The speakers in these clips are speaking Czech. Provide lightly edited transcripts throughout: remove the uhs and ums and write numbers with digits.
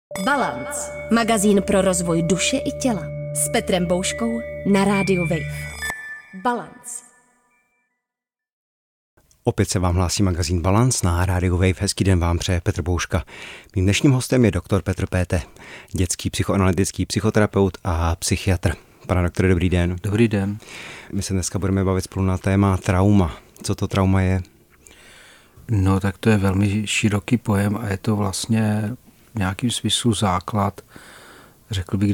Balance. Magazín pro rozvoj duše i těla. S Petrem Bouškou na rádiu Wave. Balance. Opět se vám hlásí magazín Balance na rádiu Wave. Hezký den vám přeje Petr Bouška. Mým dnešním hostem je doktor Petr Péte, dětský psychoanalytický psychoterapeut a psychiatr. Pane doktore, dobrý den. Dobrý den. My se dneska budeme bavit spolu na téma trauma. Co to trauma je? No tak to je velmi široký pojem a je to vlastně v nějakým smyslu základ, řekl bych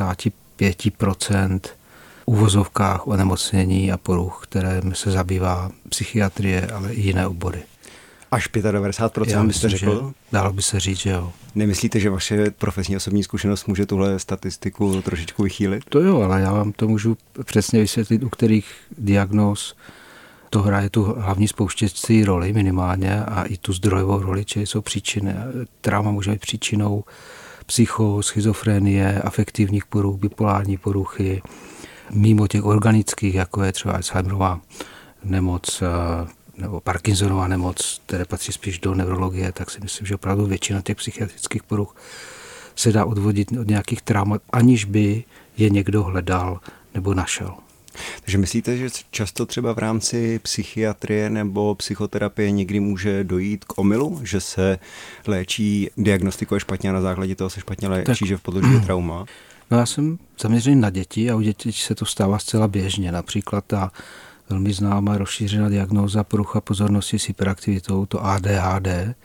95% uvozovkách onemocnění a poruch, které se zabývá psychiatrie, ale i jiné obory. Až 95%? Já myslím, že dalo by se říct, že jo. Nemyslíte, že vaše profesní osobní zkušenost může tuhle statistiku trošičku vychýlit? To jo, ale já vám to můžu přesně vysvětlit, u kterých diagnóz to hraje tu hlavní spouštěcí roli minimálně a i tu zdrojovou roli, čili jsou příčiny. Trauma může být příčinou schizofrenie, afektivních poruch, bipolární poruchy, mimo těch organických, jako je třeba Alzheimerová nemoc nebo Parkinsonová nemoc, které patří spíš do neurologie, tak si myslím, že opravdu většina těch psychiatrických poruch se dá odvodit od nějakých traumat, aniž by je někdo hledal nebo našel. Takže myslíte, že často třeba v rámci psychiatrie nebo psychoterapie někdy může dojít k omylu, že se léčí, diagnostikuje špatně a na základě toho se špatně léčí, tak, že v podloží je trauma? No já jsem zaměřený na děti a u dětí se to stává zcela běžně. Například ta velmi známá rozšířená diagnóza porucha pozornosti s hyperaktivitou, to ADHD,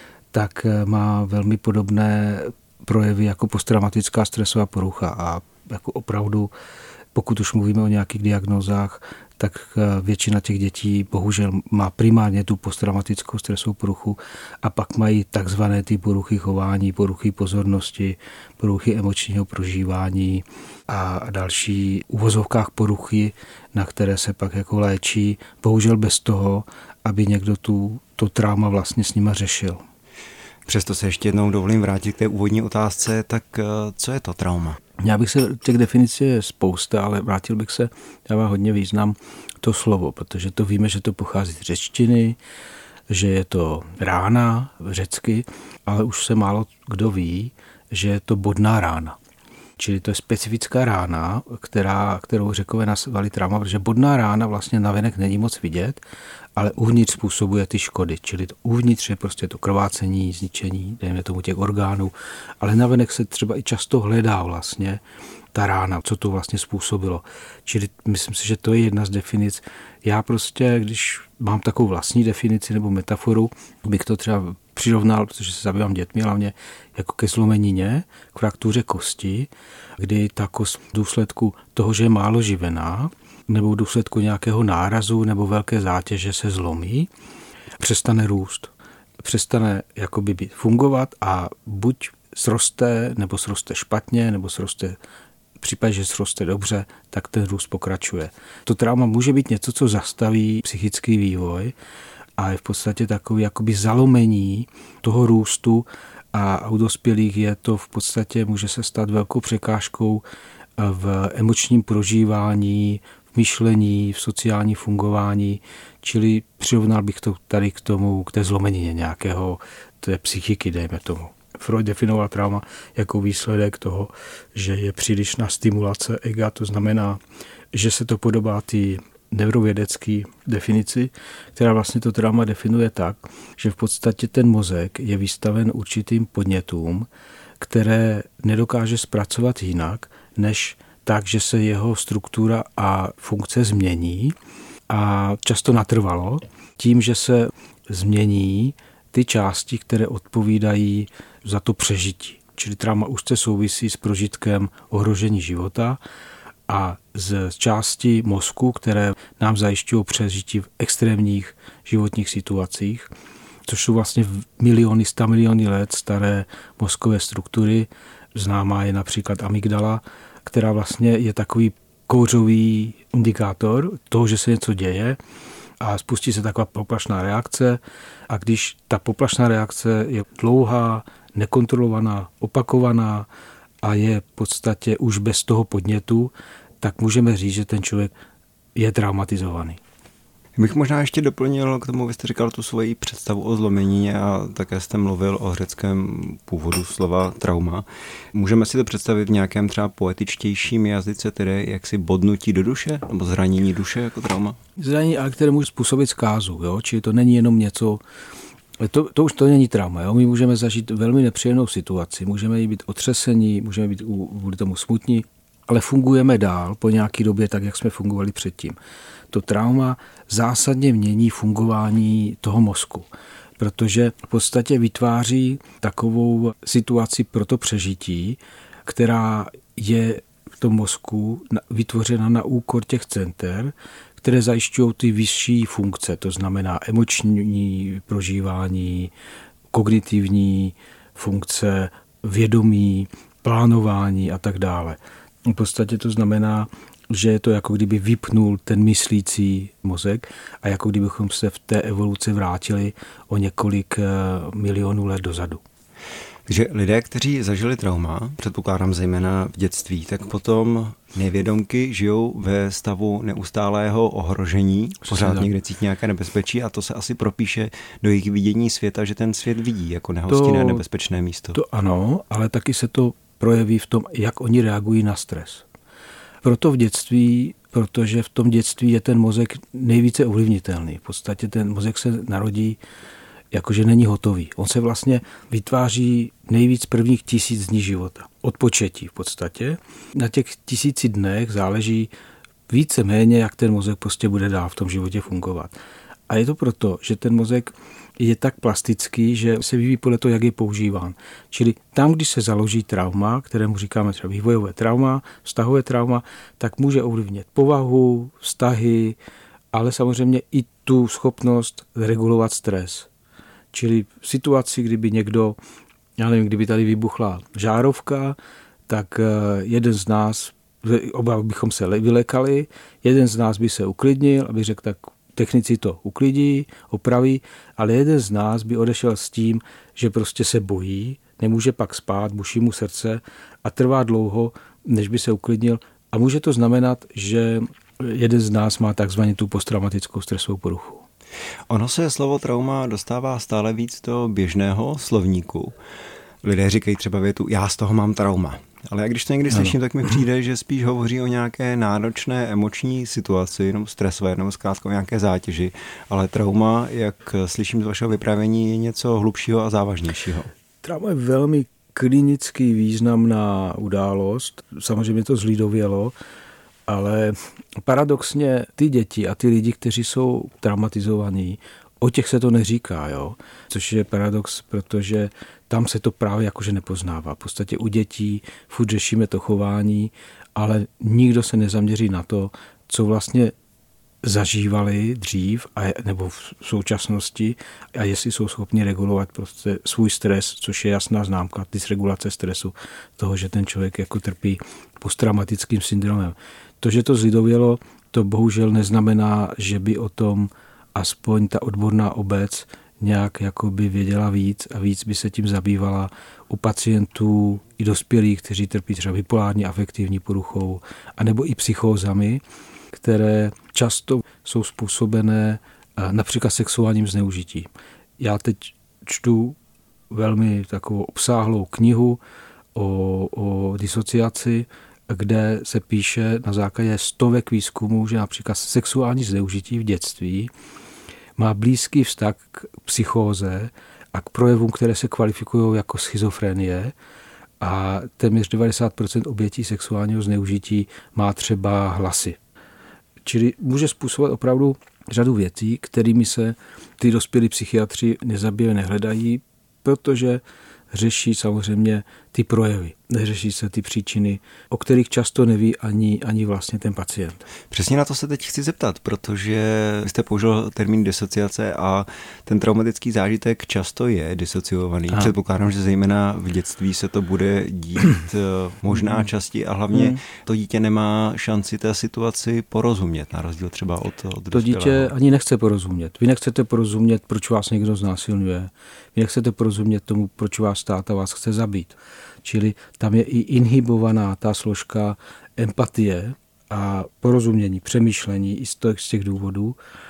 tak má velmi podobné projevy jako posttraumatická stresová porucha a jako opravdu, pokud už mluvíme o nějakých diagnózách, tak většina těch dětí bohužel má primárně tu posttraumatickou stresovou poruchu a pak mají takzvané ty poruchy chování, poruchy pozornosti, poruchy emočního prožívání a další uvozovkách poruchy, na které se pak jako léčí, bohužel bez toho, aby někdo to trauma vlastně s nima řešil. Přesto se ještě jednou dovolím vrátit k té úvodní otázce, tak co je to trauma? Já bych se, těch definicí je spousta, ale vrátil bych se, dává hodně význam to slovo, protože to víme, že to pochází z řečtiny, že je to rána řecky, ale už se málo kdo ví, že je to bodná rána. Čili to je specifická rána, kterou Řekové nazvali trauma, protože bodná rána vlastně navenek není moc vidět, ale uvnitř způsobuje ty škody. Čili to uvnitř je prostě to krvácení, zničení, dejme tomu těch orgánů, ale navenek se třeba i často hledá vlastně ta rána, co to vlastně způsobilo. Čili myslím si, že to je jedna z definic. Já prostě, když mám takovou vlastní definici nebo metaforu, bych to třeba přirovnal, protože se zabývám dětmi, hlavně jako ke zlomenině, k fraktuře kosti, kdy ta kost v důsledku toho, že je málo živená, nebo v důsledku nějakého nárazu nebo velké zátěže se zlomí, přestane růst. Přestane jakoby fungovat a buď sroste, nebo sroste špatně, nebo sroste v případě, že sroste dobře, tak ten růst pokračuje. To trauma může být něco, co zastaví psychický vývoj a je v podstatě takový jakoby zalomení toho růstu a u dospělých je to v podstatě, může se stát velkou překážkou v emočním prožívání, v myšlení, v sociální fungování, čili přirovnal bych to tady k té zlomenině nějakého, té psychiky, dejme tomu. Freud definoval trauma jako výsledek toho, že je přílišná stimulace ega, to znamená, že se to podobá té neurovědecké definici, která vlastně to trauma definuje tak, že v podstatě ten mozek je vystaven určitým podnětům, které nedokáže zpracovat jinak, než tak, že se jeho struktura a funkce změní a často natrvalo tím, že se změní ty části, které odpovídají za to přežití. Čili trauma úzce souvisí s prožitkem ohrožení života a z části mozku, které nám zajišťují přežití v extrémních životních situacích, což jsou vlastně miliony, 100 miliony let staré mozkové struktury. Známá je například amygdala, která vlastně je takový kouřový indikátor toho, že se něco děje a spustí se taková poplašná reakce a když ta poplašná reakce je dlouhá, nekontrolovaná, opakovaná a je v podstatě už bez toho podnětu, tak můžeme říct, že ten člověk je traumatizovaný. Bych možná ještě doplnil k tomu, vy jste říkal tu svoji představu o zlomenině a také jste mluvil o řeckém původu slova trauma. Můžeme si to představit v nějakém třeba poetičtějším jazyce, tedy jaksi bodnutí do duše nebo zranění duše jako trauma? Zranění, ale které může způsobit zkázu, jo? Čili to není jenom něco, to už to není trauma. Jo? My můžeme zažít velmi nepříjemnou situaci, můžeme být otřesení, můžeme být kvůli tomu smutní, ale fungujeme dál po nějaké době tak, jak jsme fungovali předtím. To trauma zásadně mění fungování toho mozku, protože v podstatě vytváří takovou situaci pro to přežití, která je v tom mozku vytvořena na úkor těch center, které zajišťují ty vyšší funkce, to znamená emoční prožívání, kognitivní funkce, vědomí, plánování a tak dále. V podstatě to znamená, že je to jako kdyby vypnul ten myslící mozek a jako kdybychom se v té evoluci vrátili o několik milionů let dozadu. Takže lidé, kteří zažili trauma, předpokládám zejména v dětství, tak potom nevědomky žijou ve stavu neustálého ohrožení, pořád někde cítí nějaké nebezpečí a to se asi propíše do jejich vidění světa, že ten svět vidí jako nehostinné nebezpečné místo. To ano, ale taky se to projeví v tom, jak oni reagují na stres. Proto v dětství, protože v tom dětství je ten mozek nejvíce ovlivnitelný. V podstatě ten mozek se narodí jakože není hotový. On se vlastně vytváří nejvíc prvních 1000 dní života. Od početí v podstatě. Na těch 1000 dnech záleží víceméně, jak ten mozek prostě bude dál v tom životě fungovat. A je to proto, že ten mozek je tak plastický, že se vyvíjí podle toho, jak je používán. Čili tam, když se založí trauma, kterému říkáme třeba vývojové trauma, vztahové trauma, tak může ovlivnit povahu, vztahy, ale samozřejmě i tu schopnost regulovat stres. Čili v situaci, kdyby někdo, já nevím, kdyby tady vybuchla žárovka, tak jeden z nás, oba bychom se vylekali, jeden z nás by se uklidnil, aby řekl, tak technici to uklidí, opraví, ale jeden z nás by odešel s tím, že prostě se bojí, nemůže pak spát, buší mu srdce a trvá dlouho, než by se uklidnil. A může to znamenat, že jeden z nás má takzvaně tu posttraumatickou stresovou poruchu. Ono se slovo trauma dostává stále víc do běžného slovníku. Lidé říkají třeba větu, já z toho mám trauma. Ale jak když to někdy slyším, tak mi přijde, že spíš hovoří o nějaké náročné emoční situaci, nebo stresové, nebo zkrátka o nějaké zátěži. Ale trauma, jak slyším z vašeho vyprávění, je něco hlubšího a závažnějšího. Trauma je velmi klinicky významná událost. Samozřejmě to zlidovělo, ale paradoxně ty děti a ty lidi, kteří jsou traumatizovaní, o těch se to neříká, jo? Což je paradox, protože tam se to právě jakože nepoznává. V podstatě u dětí furt řešíme to chování, ale nikdo se nezaměří na to, co vlastně zažívali dřív nebo v současnosti a jestli jsou schopni regulovat prostě svůj stres, což je jasná známka, dysregulace stresu, toho, že ten člověk jako trpí posttraumatickým syndromem. To, že to zlidovělo, to bohužel neznamená, že by o tom aspoň ta odborná obec nějak jakoby věděla víc a víc by se tím zabývala u pacientů i dospělých, kteří trpí třeba bipolární afektivní poruchou anebo i psychózami, které často jsou způsobené například sexuálním zneužitím. Já teď čtu velmi takovou obsáhlou knihu o disociaci, kde se píše na základě stovek výzkumů, že například sexuální zneužití v dětství má blízký vztah k psychóze a k projevům, které se kvalifikují jako schizofrenie a téměř 90% obětí sexuálního zneužití má třeba hlasy. Čili může způsobovat opravdu řadu věcí, kterými se ty dospělí psychiatři nezabývají, nehledají, protože řeší samozřejmě ty projevy, neřeší se ty příčiny, o kterých často neví ani vlastně ten pacient. Přesně na to se teď chci zeptat, protože vy jste použil termín disociace a ten traumatický zážitek často je disociovaný. Předpokládám, že zejména v dětství se to bude dít možná častěji a hlavně to dítě nemá šanci té situaci porozumět, na rozdíl třeba od dospělého. To dítě ani nechce porozumět. Vy nechcete porozumět, proč vás někdo znásilňuje. Vy nechcete porozumět tomu, proč vás táta vás chce zabít. Čili tam je i inhibovaná ta složka empatie a porozumění, přemýšlení i z těch důvodů.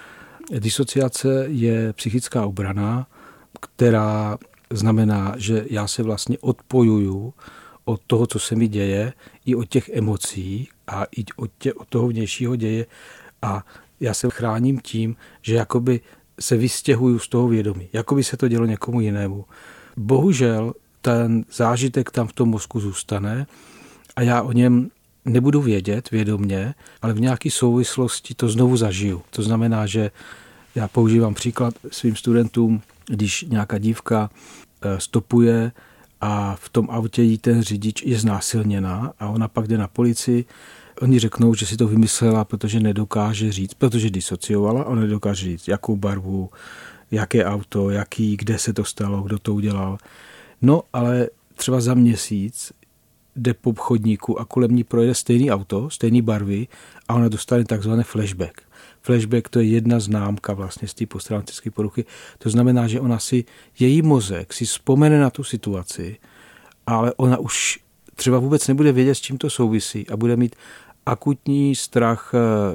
Disociace je psychická obrana, která znamená, že já se vlastně odpojuju od toho, co se mi děje, i od těch emocí a i od toho vnějšího děje a já se chráním tím, že jakoby se vystěhuju z toho vědomí, jakoby se to dělo někomu jinému. Bohužel ten zážitek tam v tom mozku zůstane a já o něm nebudu vědět vědomně, ale v nějaké souvislosti to znovu zažiju. To znamená, že já používám příklad svým studentům, když nějaká dívka stopuje a v tom autě jí ten řidič je znásilněná a ona pak jde na policii. Oni řeknou, že si to vymyslela, protože nedokáže říct, protože disociovala, ona nedokáže říct, jakou barvu, jaké auto, kde se to stalo, kdo to udělal. No, ale třeba za měsíc jde po chodníku a kolem ní projede stejný auto, stejný barvy a ona dostane takzvaný flashback. Flashback to je jedna známka vlastně z té posttraumatické poruchy. To znamená, že její mozek si vzpomene na tu situaci, ale ona už třeba vůbec nebude vědět, s čím to souvisí a bude mít akutní strach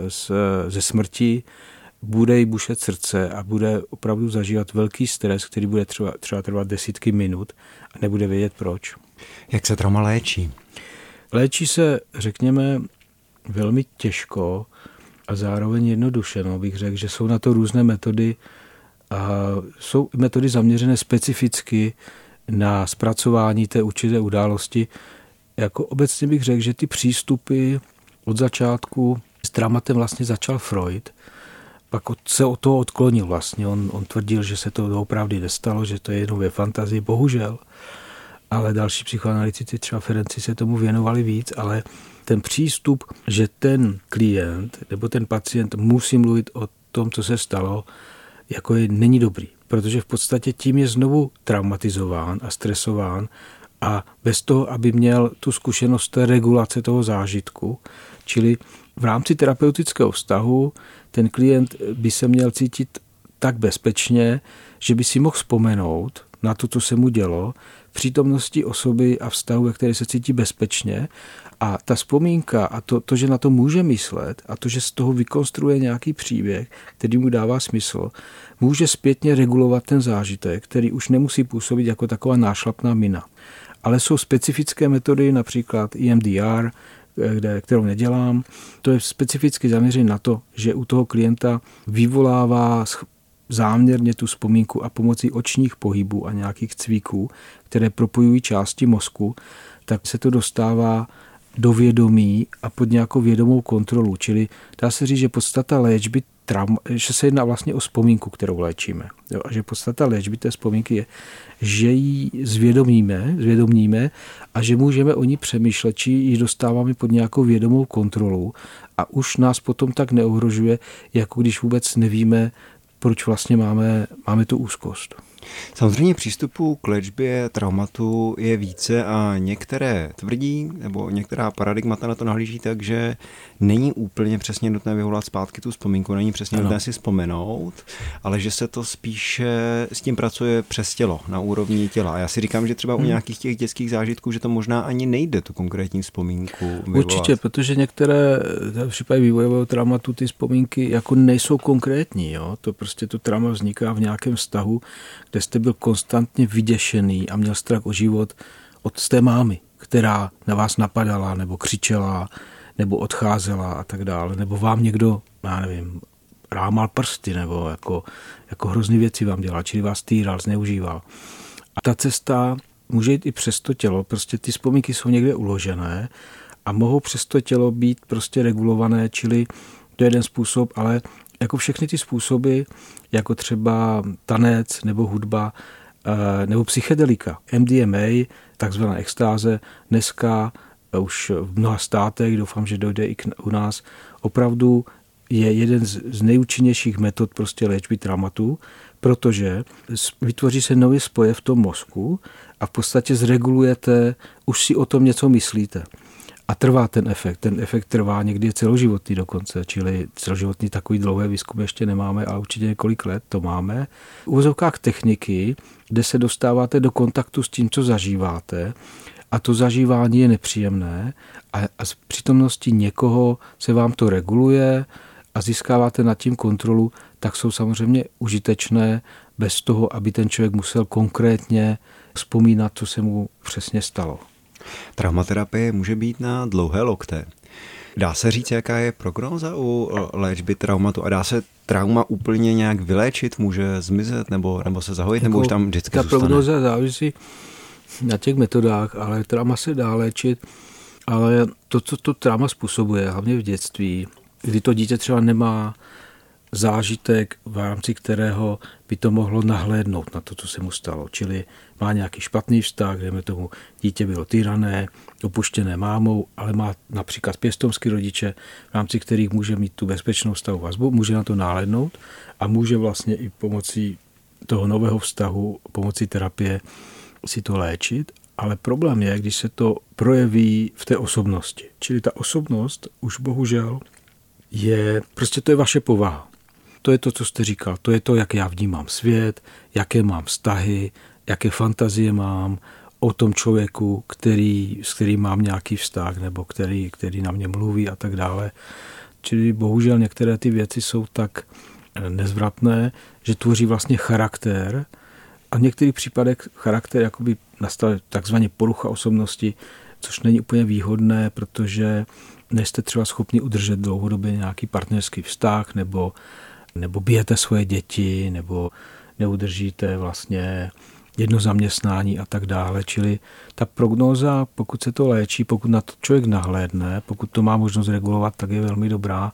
ze smrti, bude jí bušet srdce a bude opravdu zažívat velký stres, který bude třeba trvat desítky minut a nebude vědět proč. Jak se trauma léčí? Léčí se, řekněme, velmi těžko a zároveň jednoduše. Bych řekl, že jsou na to různé metody a jsou metody zaměřené specificky na zpracování té určité události. Jako obecně bych řekl, že ty přístupy od začátku s traumatem vlastně začal Freud, pak se od toho odklonil vlastně. On tvrdil, že se to opravdu nestalo, že to je jenom ve fantazii, bohužel. Ale další psychoanalytici, třeba Ferenci, se tomu věnovali víc, ale ten přístup, že ten klient nebo ten pacient musí mluvit o tom, co se stalo, není dobrý. Protože v podstatě tím je znovu traumatizován a stresován a bez toho, aby měl tu zkušenost té regulace toho zážitku, čili v rámci terapeutického vztahu ten klient by se měl cítit tak bezpečně, že by si mohl vzpomenout na to, co se mu dělo, v přítomnosti osoby a vztahu, ve které se cítí bezpečně. A ta vzpomínka a to, že na to může myslet a to, že z toho vykonstruuje nějaký příběh, který mu dává smysl, může zpětně regulovat ten zážitek, který už nemusí působit jako taková nášlapná mina. Ale jsou specifické metody, například EMDR, kterou nedělám. To je specificky zaměřené na to, že u toho klienta vyvolává záměrně tu vzpomínku a pomocí očních pohybů a nějakých cviků, které propojují části mozku, tak se to dostává do vědomí a pod nějakou vědomou kontrolu. Čili dá se říct, že podstata léčby že se jedná vlastně o vzpomínku, kterou léčíme. A že podstata léčby té vzpomínky je, že ji zvědomíme a že můžeme o ní přemýšlet, či ji dostáváme pod nějakou vědomou kontrolu a už nás potom tak neohrožuje, jako když vůbec nevíme, proč vlastně máme tu úzkost. Samozřejmě přístupů k léčbě traumatu je více a některé tvrdí, nebo některá paradigmata na to nahlíží tak, že není úplně přesně nutné vyvolat zpátky tu vzpomínku, není přesně nutné si vzpomenout, ale že se to spíše s tím pracuje přes tělo, na úrovni těla. A já si říkám, že třeba u nějakých těch dětských zážitků, že to možná ani nejde tu konkrétní vzpomínku vyvolat. Určitě, protože některé v případě vývojového traumatu ty vzpomínky jako nejsou konkrétní. Jo? To prostě to trauma vzniká v nějakém vztahu, kde jste byl konstantně vyděšený a měl strach o život od té mámy, která na vás napadala, nebo křičela, nebo odcházela a tak dále, nebo vám někdo, já nevím, rámal prsty, nebo jako hrozný věci vám dělal, čili vás týral, zneužíval. A ta cesta může jít i přes to tělo, prostě ty vzpomínky jsou někde uložené a mohou přes to tělo být prostě regulované, čili to je jeden způsob, ale jako všechny ty způsoby, jako třeba tanec nebo hudba nebo psychedelika, MDMA, takzvaná extáze, dneska už v mnoha státech, doufám, že dojde i u nás, opravdu je jeden z nejúčinnějších metod prostě léčby traumatu, protože vytvoří se nové spoje v tom mozku a v podstatě zregulujete, už si o tom něco myslíte. A trvá ten efekt. Ten efekt trvá někdy celoživotný dokonce, čili celoživotný takový dlouhé výzkum ještě nemáme, ale určitě několik let to máme. V uvozovkách techniky, kde se dostáváte do kontaktu s tím, co zažíváte, a to zažívání je nepříjemné a z přítomnosti někoho se vám to reguluje a získáváte nad tím kontrolu, tak jsou samozřejmě užitečné bez toho, aby ten člověk musel konkrétně vzpomínat, co se mu přesně stalo. Traumaterapie může být na dlouhé lokte. Dá se říct, jaká je prognóza u léčby traumatu a dá se trauma úplně nějak vyléčit, může zmizet nebo se zahojit, nebo už tam vždycky zůstane? Ta prognóza závisí na těch metodách, ale trauma se dá léčit, ale to, co to trauma způsobuje, hlavně v dětství, kdy to dítě třeba nemá zážitek, v rámci kterého by to mohlo nahlédnout na to, co se mu stalo. Čili má nějaký špatný vztah, dejme tomu, dítě bylo týrané, opuštěné mámou, ale má například pěstounský rodiče, v rámci kterých může mít tu bezpečnou vztahu vazbu, může na to nahlédnout a může vlastně i pomocí toho nového vztahu, pomocí terapie si to léčit. Ale problém je, když se to projeví v té osobnosti. Čili ta osobnost už bohužel to je vaše povaha. To je to, co jste říkal. To je to, jak já vnímám svět, jaké mám vztahy, jaké fantazie mám o tom člověku, s kterým mám nějaký vztah nebo který na mě mluví a tak dále. Čili bohužel některé ty věci jsou tak nezvratné, že tvoří vlastně charakter a v některých případech charakter jakoby nastal takzvaně porucha osobnosti, což není úplně výhodné, protože nejste třeba schopni udržet dlouhodobě nějaký partnerský vztah nebo bijete svoje děti, nebo neudržíte vlastně jedno zaměstnání a tak dále. Čili ta prognóza, pokud se to léčí, pokud na to člověk nahlédne, pokud to má možnost regulovat, tak je velmi dobrá.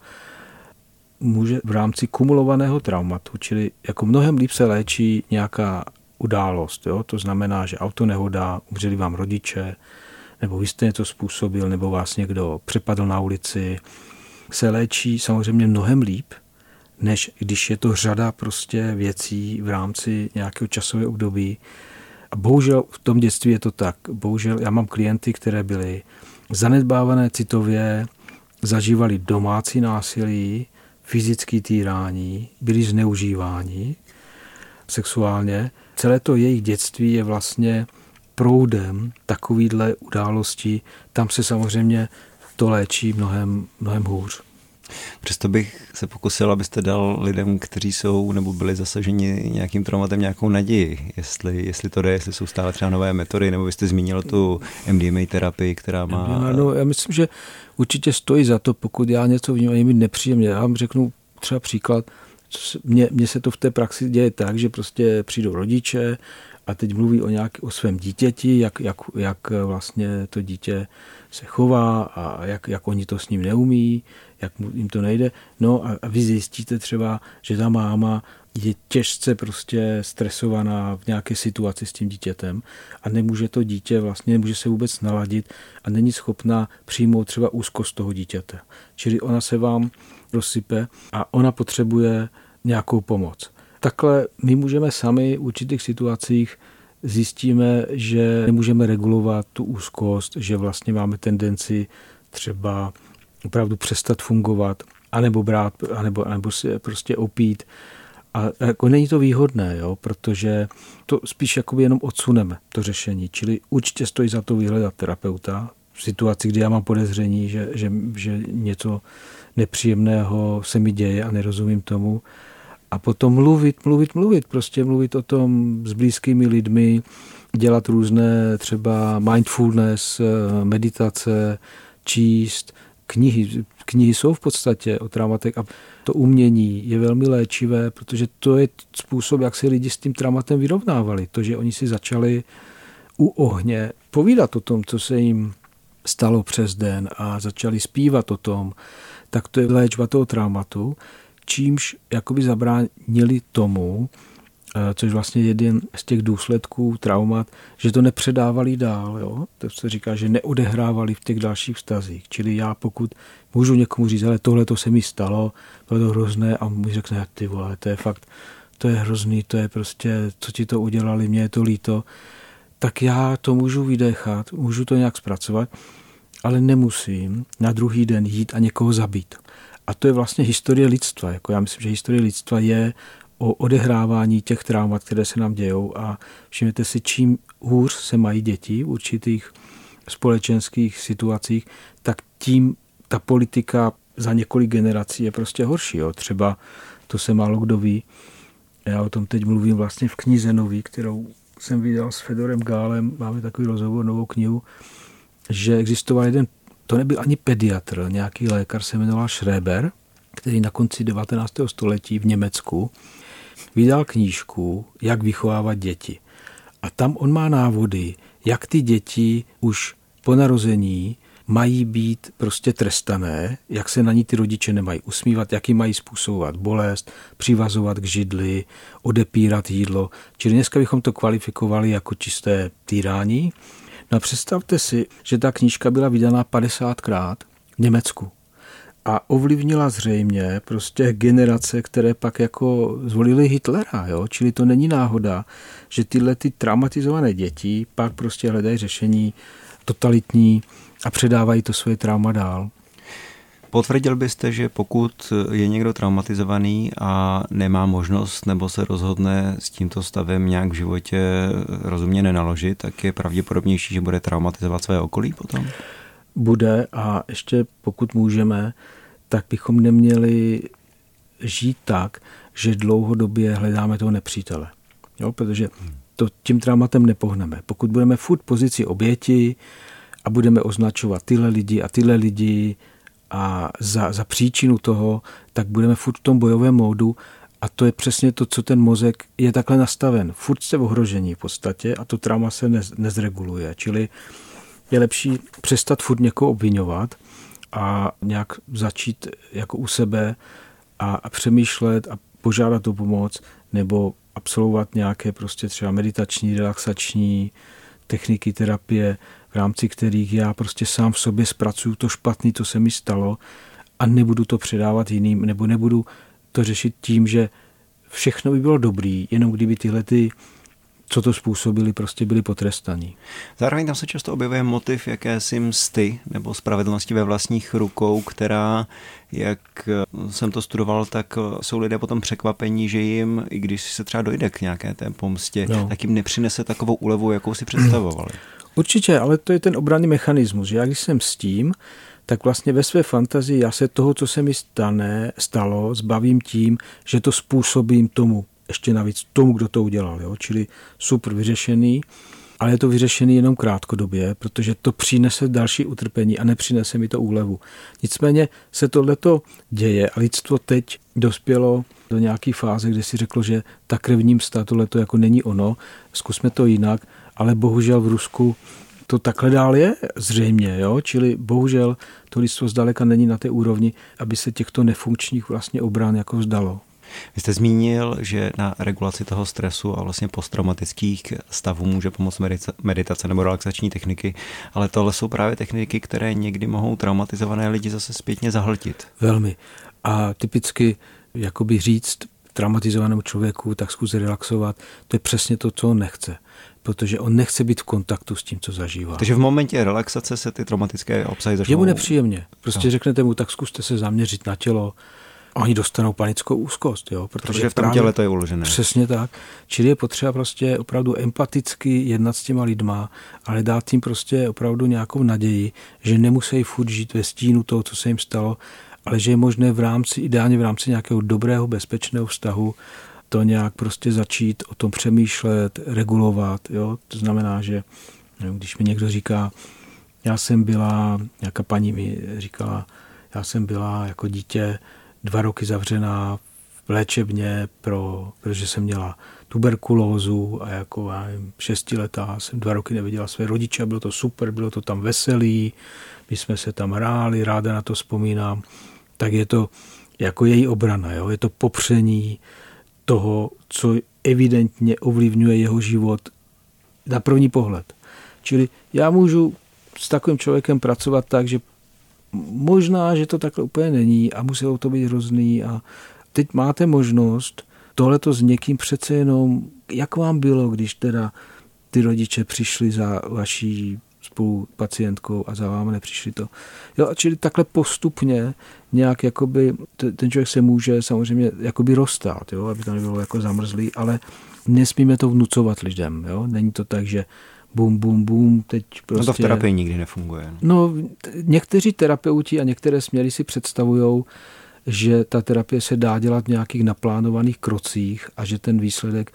Může v rámci kumulovaného traumatu, čili jako mnohem líp se léčí nějaká událost. Jo? To znamená, že autonehoda, umřeli vám rodiče, nebo vy jste něco způsobil, nebo vás někdo přepadl na ulici, se léčí samozřejmě mnohem líp, než když je to řada prostě věcí v rámci nějakého časového období. A bohužel v tom dětství je to tak. Bohužel já mám klienty, které byly zanedbávané citově, zažívali domácí násilí, fyzické týrání, byli zneužíváni sexuálně. Celé to jejich dětství je vlastně proudem takovýhle událostí. Tam se samozřejmě to léčí mnohem hůř. Přesto bych se pokusil, abyste dal lidem, kteří jsou nebo byli zasaženi nějakým traumatem, nějakou naději, jestli to jde, jestli jsou stále třeba nové metody, nebo byste zmínil tu MDMA terapii, která má... No, já myslím, že určitě stojí za to, pokud já něco vnímám, je mi nepříjemně. Já vám řeknu třeba příklad, mně se to v té praxi děje tak, že prostě přijdou rodiče a teď mluví o svém dítěti, jak vlastně to dítě se chová a jak oni to s ním neumí, jak jim to nejde. No a vy zjistíte třeba, že ta máma je těžce prostě stresovaná v nějaké situaci s tím dítětem a nemůže to dítě vlastně, nemůže se vůbec naladit a není schopná přijmout třeba úzkost toho dítěte. Čili ona se vám rozsype a ona potřebuje nějakou pomoc. Takhle my můžeme sami v určitých situacích zjistíme, že nemůžeme regulovat tu úzkost, že vlastně máme tendenci třeba opravdu přestat fungovat, anebo brát, anebo se prostě opít. A jako není to výhodné, jo, protože to spíš jakoby jenom odsuneme, to řešení. Čili určitě stojí za to vyhledat terapeuta v situaci, kdy já mám podezření, že něco nepříjemného se mi děje a nerozumím tomu. A potom mluvit o tom s blízkými lidmi, dělat různé třeba mindfulness, meditace, číst, knihy jsou v podstatě o traumatech a to umění je velmi léčivé, protože to je způsob, jak se lidi s tím traumatem vyrovnávali. To, že oni si začali u ohně povídat o tom, co se jim stalo přes den a začali zpívat o tom, tak to je léčba toho traumatu, čímž jakoby zabránili tomu, což vlastně jeden z těch důsledků traumat, že to nepředávali dál. Jo? To se říká, že neodehrávali v těch dalších vztazích. Čili já pokud můžu někomu říct, ale tohle to se mi stalo, bylo to hrozné a mu řekne, ty vole, to je fakt, to je hrozný, to je prostě, co ti to udělali, mně je to líto, tak já to můžu vydechat, můžu to nějak zpracovat, ale nemusím na druhý den jít a někoho zabít. A to je vlastně historie lidstva. Jako já myslím, že historie lidstva je o odehrávání těch traumat, které se nám dějou a všimněte si, čím hůř se mají děti v určitých společenských situacích, tak tím ta politika za několik generací je prostě horší. Jo. Třeba to se málo kdo ví. Já o tom teď mluvím vlastně v knize nový, kterou jsem vydal s Fedorem Gálem. Máme takový rozhovor, novou knihu, že existoval jeden, to nebyl ani pediatr, nějaký lékař se jmenoval Schreber, který na konci 19. století v Německu vydal knížku Jak vychovávat děti. A tam on má návody, jak ty děti už po narození mají být prostě trestané, jak se na ní ty rodiče nemají usmívat, jak jim mají způsobovat bolest, přivazovat k židli, odepírat jídlo. Čili dneska bychom to kvalifikovali jako čisté týrání. No a představte si, že ta knížka byla vydaná 50krát v Německu a ovlivnila zřejmě prostě generace, které pak jako zvolili Hitlera, jo? Čili to není náhoda, že tyhle ty traumatizované děti pak prostě hledají řešení totalitní a předávají to svoje trauma dál. Potvrdil byste, že pokud je někdo traumatizovaný a nemá možnost nebo se rozhodne s tímto stavem nějak v životě rozumně nenaložit, tak je pravděpodobnější, že bude traumatizovat své okolí potom? Bude a ještě pokud můžeme, tak bychom neměli žít tak, že dlouhodobě hledáme toho nepřítele. Jo, protože to tím traumatem nepohneme. Pokud budeme furt v pozici oběti a budeme označovat tyhle lidi a za příčinu toho, tak budeme furt v tom bojovém módu a to je přesně to, co ten mozek je takhle nastaven. Furt jste v ohrožení v podstatě a to trauma se nezreguluje. Čili je lepší přestat furt někoho obvinovat a nějak začít jako u sebe a přemýšlet a požádat o pomoc nebo absolvovat nějaké prostě třeba meditační, relaxační techniky, terapie, v rámci kterých já prostě sám v sobě zpracuju to špatné, co se mi stalo a nebudu to předávat jiným, nebo nebudu to řešit tím, že všechno by bylo dobrý, jenom kdyby tyhle co to způsobili, prostě byli potrestaní. Zároveň tam se často objevuje motiv jakési msty nebo spravedlnosti ve vlastních rukou, která, jak jsem to studoval, tak jsou lidé potom překvapení, že jim, i když se třeba dojde k nějaké té pomstě, tak jim nepřinese takovou úlevu, jakou si představovali. Určitě, ale to je ten obranný mechanismus, že já když jsem s tím, tak vlastně ve své fantazii já se toho, co se mi stalo, zbavím tím, že to způsobím tomu, ještě navíc tomu, kdo to udělal. Jo? Čili super vyřešený, ale je to vyřešený jenom krátkodobě, protože to přinese další utrpení a nepřinese mi to úlevu. Nicméně se tohleto děje a lidstvo teď dospělo do nějaké fáze, kde si řeklo, že ta krevní msta, tohleto jako není ono, zkusme to jinak, ale bohužel v Rusku to takhle dál je zřejmě, jo? Čili bohužel to lidstvo zdaleka není na té úrovni, aby se těchto nefunkčních vlastně obran jako vzdalo. Vy jste zmínil, že na regulaci toho stresu a vlastně posttraumatických stavů může pomoct meditace nebo relaxační techniky, ale tohle jsou právě techniky, které někdy mohou traumatizované lidi zase zpětně zahltit. Velmi. A typicky jakoby říct traumatizovanému člověku, tak zkus relaxovat, to je přesně to, co on nechce. Protože on nechce být v kontaktu s tím, co zažívá. Takže v momentě relaxace se ty traumatické obsahy začnou... Je mu nepříjemně. Prostě řeknete mu, tak zkuste se zaměřit na tělo. A oni dostanou panickou úzkost. Jo? Protože v tom těle to je uložené. Přesně tak. Čili je potřeba prostě opravdu empaticky jednat s těma lidma, ale dát jim prostě opravdu nějakou naději, že nemusí furt žít ve stínu toho, co se jim stalo, ale že je možné ideálně v rámci nějakého dobrého, bezpečného vztahu to nějak prostě začít o tom přemýšlet, regulovat. Jo? To znamená, že když mi někdo říká, nějaká paní mi říkala, já jsem byla jako dítě 2 roky zavřená v léčebně, protože jsem měla tuberkulózu a jako 6letá jsem 2 roky neviděla své rodiče, bylo to super, bylo to tam veselý, my jsme se tam hráli, ráda na to vzpomínám, tak je to jako její obrana, jo? Je to popření toho, co evidentně ovlivňuje jeho život na první pohled. Čili já můžu s takovým člověkem pracovat tak, že možná, že to takhle úplně není a muselo to být hrozný a teď máte možnost tohleto s někým přece jenom, jak vám bylo, když teda ty rodiče přišli za vaší spolupacientkou a za vámi nepřišli to. Jo, čili takhle postupně nějak jakoby, ten člověk se může samozřejmě jakoby rozstát, jo, aby to nebylo jako zamrzlý, ale nesmíme to vnucovat lidem. Jo. Není to tak, že bum, bum, bum, teď prostě... No to v terapii nikdy nefunguje. No, někteří terapeuti a některé směry si představujou, že ta terapie se dá dělat v nějakých naplánovaných krocích a že ten výsledek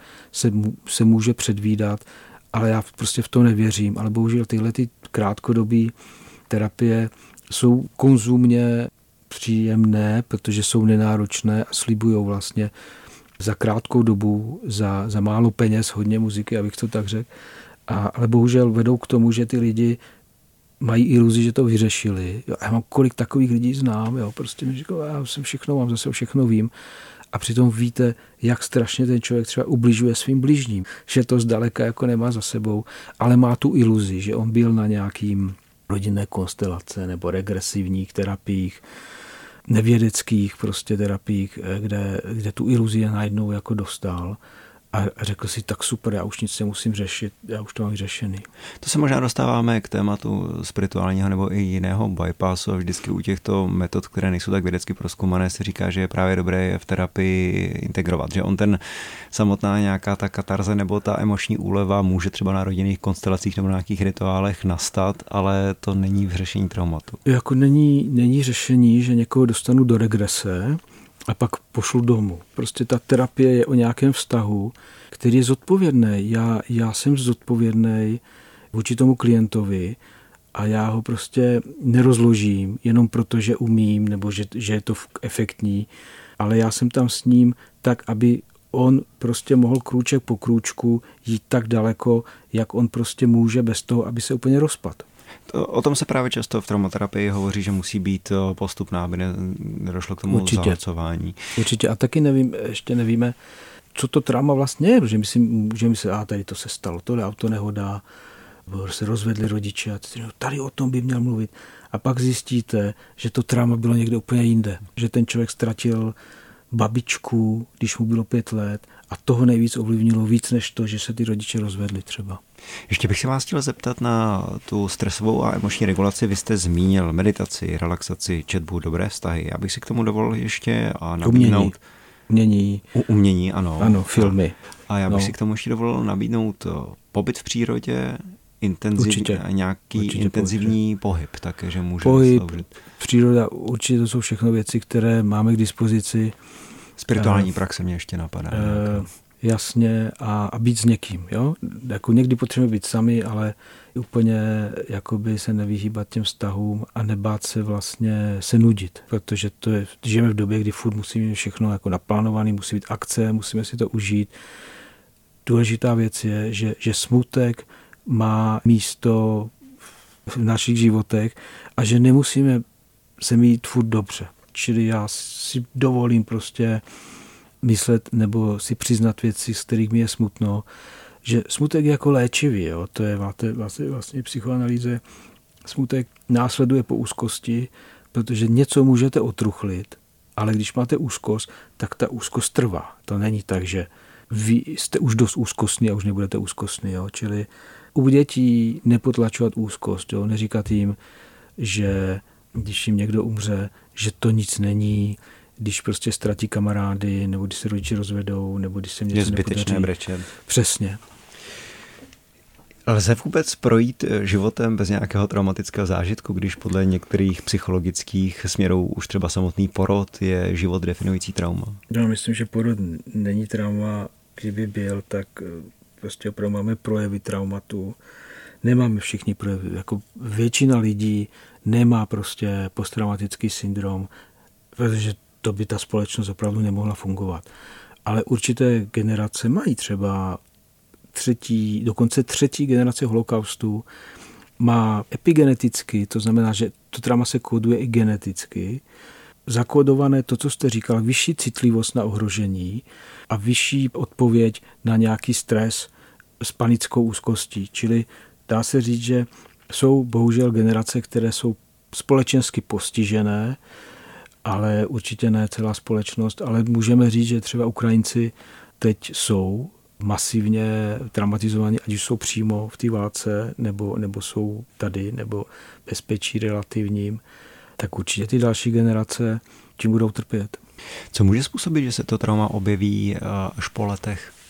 se může předvídat, ale já prostě v to nevěřím. Ale bohužel tyhle ty krátkodobé terapie jsou konzumně příjemné, protože jsou nenáročné a slibují vlastně za krátkou dobu, za málo peněz, hodně muziky, abych to tak řekl. Ale bohužel vedou k tomu, že ty lidi mají iluzi, že to vyřešili. Já mám kolik takových lidí znám, prostě mi říkají, já jsem všechno mám, zase všechno vím. A přitom víte, jak strašně ten člověk třeba ubližuje svým bližním, že to zdaleka jako nemá za sebou, ale má tu iluzi, že on byl na nějakým rodinné konstelace nebo regresivních terapiích, nevědeckých prostě terapiích, kde tu iluzi najednou jako dostal a řekl si, tak super, já už nic nemusím řešit, já už to mám vyřešený. To se možná dostáváme k tématu spirituálního nebo i jiného bypassu a vždycky u těchto metod, které nejsou tak vědecky prozkoumané, se říká, že je právě dobré je v terapii integrovat, že on ten samotná nějaká ta katarze nebo ta emoční úleva může třeba na rodinných konstelacích nebo na nějakých rituálech nastat, ale to není v řešení traumatu. Jako není řešení, že někoho dostanu do regrese a pak pošlu domů. Prostě ta terapie je o nějakém vztahu, který je zodpovědný. Já jsem zodpovědný vůči tomu klientovi a já ho prostě nerozložím jenom proto, že umím nebo že je to efektní, ale já jsem tam s ním tak, aby on prostě mohl krůček po krůčku jít tak daleko, jak on prostě může bez toho, aby se úplně rozpadl. O tom se právě často v traumaterapii hovoří, že musí být postupná, aby nedošlo k tomu zahlcování. Určitě. A taky ještě nevíme, co to trauma vlastně je, protože my si můžeme myslet, tady to se stalo, tohle autonehoda, se rozvedli rodiče a tady o tom by měl mluvit. A pak zjistíte, že to trauma bylo někde úplně jinde. Že ten člověk ztratil babičku, když mu bylo 5 let a toho nejvíc ovlivnilo víc než to, že se ty rodiče rozvedli třeba. Ještě bych se vás chtěl zeptat na tu stresovou a emoční regulaci. Vy jste zmínil meditaci, relaxaci, četbu, dobré vztahy. Já bych si k tomu dovolil ještě nabídnout... Umění, ano. Ano, filmy. A já bych si k tomu ještě dovolil nabídnout pobyt v přírodě, nějaký intenzivní pohyb, takže může sloužit. Příroda, určitě to jsou všechno věci, které máme k dispozici. Spirituální praxe mě ještě napadá. Jasně, a být s někým. Jo? Jako někdy potřebujeme být sami, ale úplně jakoby se nevyhýbat těm vztahům a nebát se vlastně se nudit, protože žijeme v době, kdy furt musíme mít všechno jako naplánovaný, musí být akce, musíme si to užít. Důležitá věc je, že smutek má místo v našich životech a že nemusíme se mít furt dobře. Čili já si dovolím prostě myslet nebo si přiznat věci, z kterých mi je smutno, že smutek je jako léčivý, jo? To je vlastně psychoanalýze. Smutek následuje po úzkosti, protože něco můžete otruchlit, ale když máte úzkost, tak ta úzkost trvá. To není tak, že vy jste už dost úzkostný a už nebudete úzkostný. Jo? Čili u dětí nepotlačovat úzkost, jo? Neříkat jim, že když jim někdo umře, že to nic není, když prostě ztratí kamarády, nebo když se rodiče rozvedou, nebo když se něco nepodaří. Je zbytečné brečet. Přesně. Lze vůbec projít životem bez nějakého traumatického zážitku, když podle některých psychologických směrů už třeba samotný porod je život definující trauma? Já myslím, že porod není trauma. Kdyby byl, tak prostě opravdu máme projevy traumatu. Nemáme všichni projevy. Jako většina lidí nemá prostě posttraumatický syndrom, protože to by ta společnost opravdu nemohla fungovat. Ale určité generace mají třeba dokonce třetí generace holokaustu má epigeneticky, to znamená, že to trauma se kóduje i geneticky, zakódované to, co jste říkal, vyšší citlivost na ohrožení a vyšší odpověď na nějaký stres s panickou úzkostí. Čili dá se říct, že jsou bohužel generace, které jsou společensky postižené, ale určitě ne celá společnost, ale můžeme říct, že třeba Ukrajinci teď jsou masivně traumatizovaní, ať už jsou přímo v té válce, nebo jsou tady, nebo bezpečí relativním, tak určitě ty další generace tím budou trpět. Co může způsobit, že se to trauma objeví až po letech?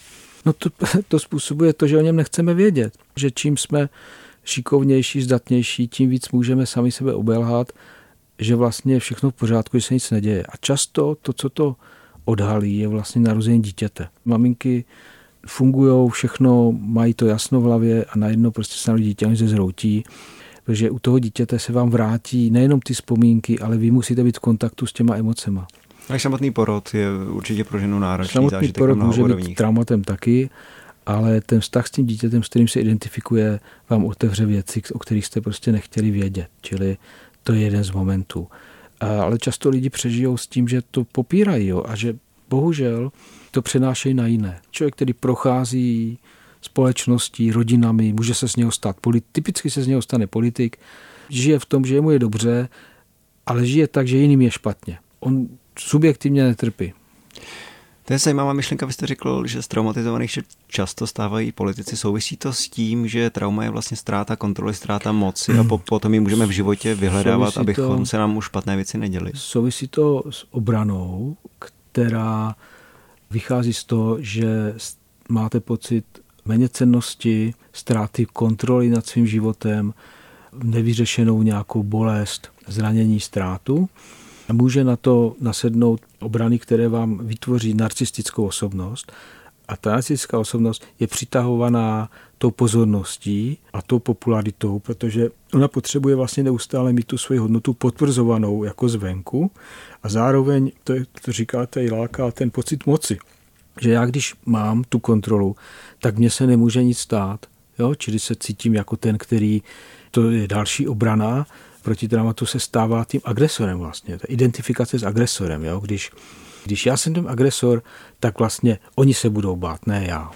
No to způsobuje to, že o něm nechceme vědět. Že čím jsme šikovnější, zdatnější, tím víc můžeme sami sebe obelhat, že vlastně je všechno v pořádku, že se nic neděje. A často to, co to odhalí, je vlastně narození dítěte. Maminky fungujou, všechno, mají to jasno v hlavě a najednou prostě se narodí dítě, oni se zhroutí, protože u toho dítěte se vám vrátí nejenom ty vzpomínky, ale vy musíte být v kontaktu s těma emocema. A samotný porod je určitě pro ženu náročný samotný zážitek. Samotný porod může být traumatem taky, ale ten vztah s tím dítětem, s kterým se identifikuje, vám otevře věci, o kterých jste prostě nechtěli vědět. Čili to je jeden z momentů. Ale často lidi přežijou s tím, že to popírají, jo, a že bohužel to přenášejí na jiné. Člověk, který prochází společností, rodinami, může se z něho stát typicky se z něho stane politik, žije v tom, že mu je dobře, ale žije tak, že jiným je špatně. On subjektivně netrpí. To je zajímavá myšlenka, vy jste řekl, že z traumatizovaných často stávají politici. Souvisí to s tím, že trauma je vlastně ztráta kontroly, ztráta moci a potom ji můžeme v životě vyhledávat, abychom se nám už špatné věci neděli? Souvisí to s obranou, která vychází z toho, že máte pocit méněcennosti, ztráty kontroly nad svým životem, nevyřešenou nějakou bolest, zranění, ztrátu. A může na to nasednout obrany, které vám vytvoří narcistickou osobnost. A ta narcistická osobnost je přitahovaná tou pozorností a tou popularitou, protože ona potřebuje vlastně neustále mít tu svoji hodnotu potvrzovanou jako zvenku a zároveň, to říkáte, i láká ten pocit moci. Že já, když mám tu kontrolu, tak mně se nemůže nic stát. Jo? Čili se cítím jako ten, který, to je další obrana, proti traumatu se stává tím agresorem vlastně. Ta identifikace s agresorem. Jo? Když já jsem ten agresor, tak vlastně oni se budou bát, ne já.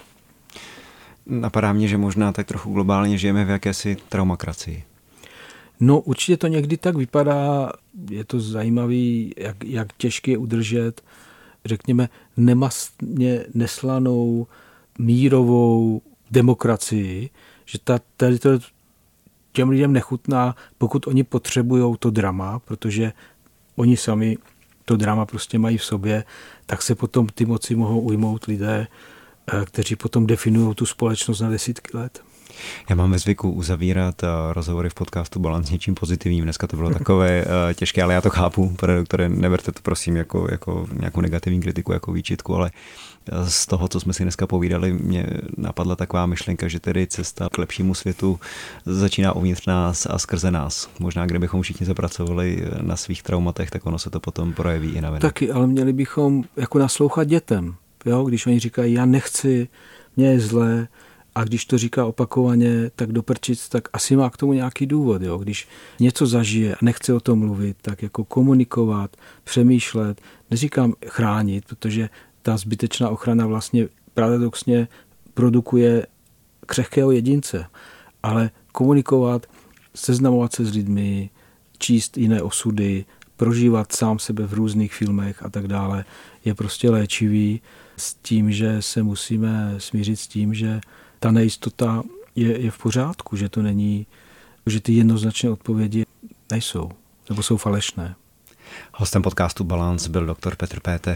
Napadá mě, že možná tak trochu globálně žijeme v jakési traumakracii. No určitě to někdy tak vypadá, je to zajímavý, jak těžké je udržet, řekněme, nemastně neslanou, mírovou demokracii, že tady to těm lidem nechutná, pokud oni potřebují to drama, protože oni sami to drama prostě mají v sobě, tak se potom ty moci mohou ujmout lidé, kteří potom definují tu společnost na desítky let. Já mám ve zvyku uzavírat rozhovory v podcastu Balance s něčím pozitivním. Dneska to bylo takové těžké, ale já to chápu, pane doktore, neberte to prosím jako nějakou negativní kritiku, jako výčitku, ale z toho, co jsme si dneska povídali, mě napadla taková myšlenka, že tedy cesta k lepšímu světu začíná uvnitř nás a skrze nás. Možná, kdybychom všichni zapracovali na svých traumatech, tak ono se to potom projeví i navenek. Taky, ale měli bychom jako naslouchat dětem. Jo? Když oni říkají, já nechci, mě je zlé, a když to říká opakovaně, tak do prčic, tak asi má k tomu nějaký důvod. Jo? Když něco zažije a nechce o tom mluvit, tak jako komunikovat, přemýšlet, neříkám chránit, protože ta zbytečná ochrana vlastně paradoxně produkuje křehkého jedince, ale komunikovat, seznamovat se s lidmi, číst jiné osudy, prožívat sám sebe v různých filmech a tak dále, je prostě léčivý s tím, že se musíme smířit s tím, že ta nejistota je v pořádku, že to není, že ty jednoznačné odpovědi nejsou, nebo jsou falešné. Hostem podcastu Balance byl doktor Petr Péte,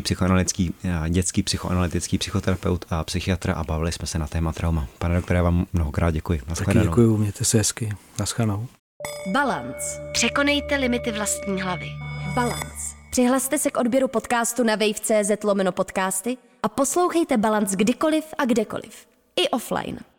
dětský psychoanalytický psychoterapeut a psychiatr a bavili jsme se na téma trauma. Pane doktore, já vám mnohokrát děkuji. Taky děkuji, mějte se hezky. Naschledanou. Balance. Překonejte limity vlastní hlavy. Balance. Přihlaste se k odběru podcastu na wave.cz/podcasty a poslouchejte Balance kdykoliv a kdekoliv. I offline.